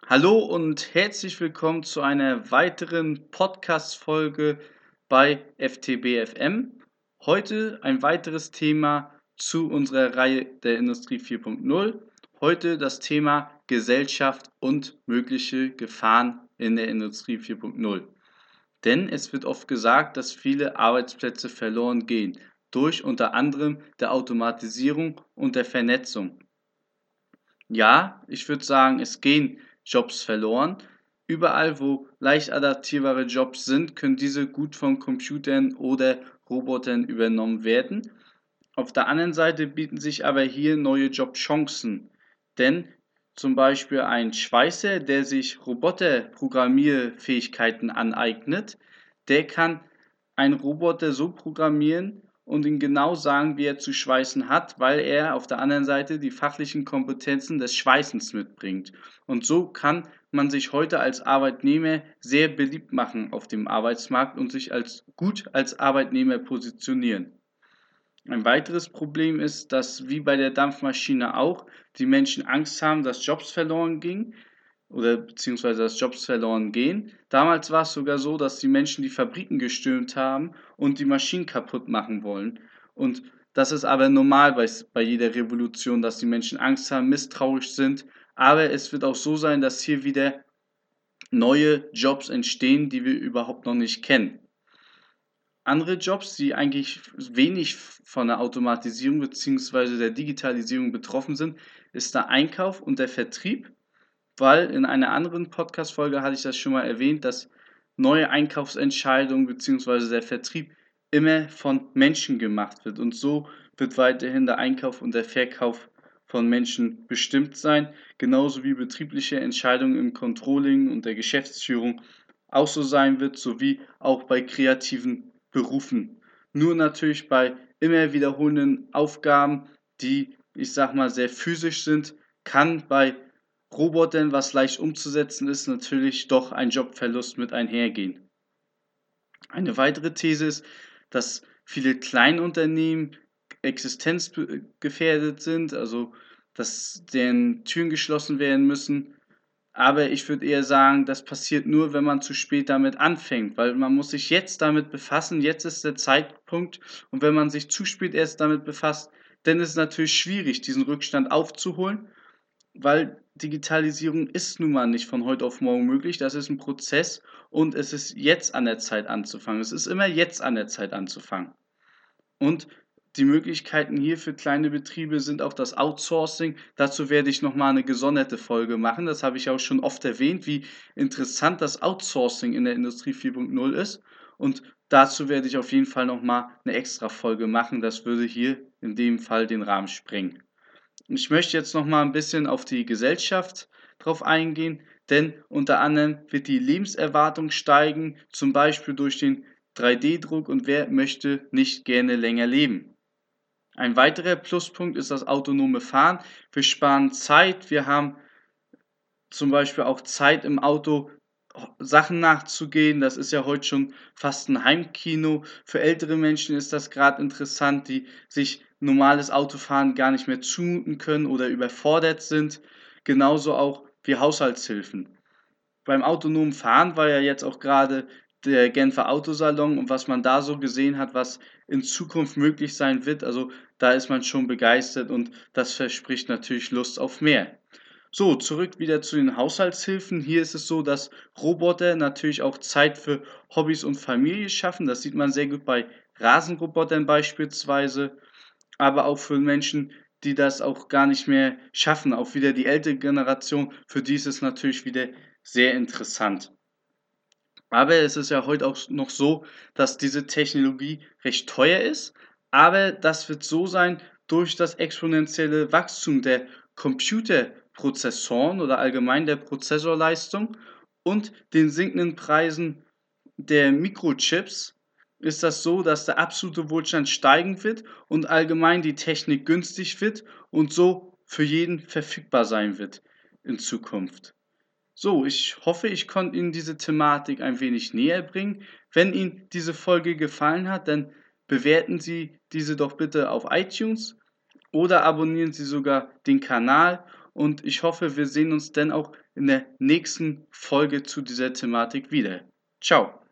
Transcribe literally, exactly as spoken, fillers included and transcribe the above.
Hallo und herzlich willkommen zu einer weiteren Podcast-Folge bei F T B F M. Heute ein weiteres Thema zu unserer Reihe der Industrie vier Punkt null. Heute das Thema Gesellschaft und mögliche Gefahren in der Industrie vier Punkt null. Denn es wird oft gesagt, dass viele Arbeitsplätze verloren gehen durch unter anderem der Automatisierung und der Vernetzung. Ja, ich würde sagen, es gehen Jobs verloren. Überall, wo leicht adaptierbare Jobs sind, können diese gut von Computern oder Robotern übernommen werden. Auf der anderen Seite bieten sich aber hier neue Jobchancen, denn zum Beispiel ein Schweißer, der sich Roboterprogrammierfähigkeiten aneignet, der kann einen Roboter so programmieren und ihm genau sagen, wie er zu schweißen hat, weil er auf der anderen Seite die fachlichen Kompetenzen des Schweißens mitbringt. Und so kann man sich heute als Arbeitnehmer sehr beliebt machen auf dem Arbeitsmarkt und sich als gut als Arbeitnehmer positionieren. Ein weiteres Problem ist, dass wie bei der Dampfmaschine auch die Menschen Angst haben, dass Jobs verloren gingen oder beziehungsweise dass Jobs verloren gehen. Damals war es sogar so, dass die Menschen die Fabriken gestürmt haben und die Maschinen kaputt machen wollen. Und das ist aber normal bei, bei jeder Revolution, dass die Menschen Angst haben, misstrauisch sind. Aber es wird auch so sein, dass hier wieder neue Jobs entstehen, die wir überhaupt noch nicht kennen. Andere Jobs, die eigentlich wenig von der Automatisierung bzw. der Digitalisierung betroffen sind, ist der Einkauf und der Vertrieb, weil in einer anderen Podcast-Folge hatte ich das schon mal erwähnt, dass neue Einkaufsentscheidungen bzw. der Vertrieb immer von Menschen gemacht wird. Und so wird weiterhin der Einkauf und der Verkauf von Menschen bestimmt sein, genauso wie betriebliche Entscheidungen im Controlling und der Geschäftsführung auch so sein wird, sowie auch bei kreativen Berufen. Nur natürlich bei immer wiederholenden Aufgaben, die, ich sag mal, sehr physisch sind, kann bei Robotern, was leicht umzusetzen ist, natürlich doch ein Jobverlust mit einhergehen. Eine weitere These ist, dass viele Kleinunternehmen existenzgefährdet sind, also dass deren Türen geschlossen werden müssen. Aber ich würde eher sagen, das passiert nur, wenn man zu spät damit anfängt, weil man muss sich jetzt damit befassen, jetzt ist der Zeitpunkt und wenn man sich zu spät erst damit befasst, dann ist es natürlich schwierig, diesen Rückstand aufzuholen, weil Digitalisierung ist nun mal nicht von heute auf morgen möglich. Das ist ein Prozess und es ist jetzt an der Zeit anzufangen. Es ist immer jetzt an der Zeit anzufangen. Und die Möglichkeiten hier für kleine Betriebe sind auch das Outsourcing. Dazu werde ich nochmal eine gesonderte Folge machen. Das habe ich auch schon oft erwähnt, wie interessant das Outsourcing in der Industrie vier Punkt null ist. Und dazu werde ich auf jeden Fall nochmal eine extra Folge machen. Das würde hier in dem Fall den Rahmen sprengen. Ich möchte jetzt noch mal ein bisschen auf die Gesellschaft drauf eingehen, denn unter anderem wird die Lebenserwartung steigen, zum Beispiel durch den drei D-Druck und wer möchte nicht gerne länger leben? Ein weiterer Pluspunkt ist das autonome Fahren. Wir sparen Zeit, wir haben zum Beispiel auch Zeit im Auto, Sachen nachzugehen. Das ist ja heute schon fast ein Heimkino. Für ältere Menschen ist das gerade interessant, die sich normales Autofahren gar nicht mehr zumuten können oder überfordert sind. Genauso auch wie Haushaltshilfen. Beim autonomen Fahren war ja jetzt auch gerade der Genfer Autosalon und was man da so gesehen hat, was in Zukunft möglich sein wird, also da ist man schon begeistert und das verspricht natürlich Lust auf mehr. So, zurück wieder zu den Haushaltshilfen. Hier ist es so, dass Roboter natürlich auch Zeit für Hobbys und Familie schaffen. Das sieht man sehr gut bei Rasenrobotern beispielsweise, aber auch für Menschen, die das auch gar nicht mehr schaffen. Auch wieder die ältere Generation, für die ist es natürlich wieder sehr interessant. Aber es ist ja heute auch noch so, dass diese Technologie recht teuer ist, aber das wird so sein durch das exponentielle Wachstum der Computerprozessoren oder allgemein der Prozessorleistung und den sinkenden Preisen der Mikrochips ist das so, dass der absolute Wohlstand steigen wird und allgemein die Technik günstig wird und so für jeden verfügbar sein wird in Zukunft. So, ich hoffe, ich konnte Ihnen diese Thematik ein wenig näher bringen. Wenn Ihnen diese Folge gefallen hat, dann bewerten Sie diese doch bitte auf iTunes oder abonnieren Sie sogar den Kanal und ich hoffe, wir sehen uns dann auch in der nächsten Folge zu dieser Thematik wieder. Ciao.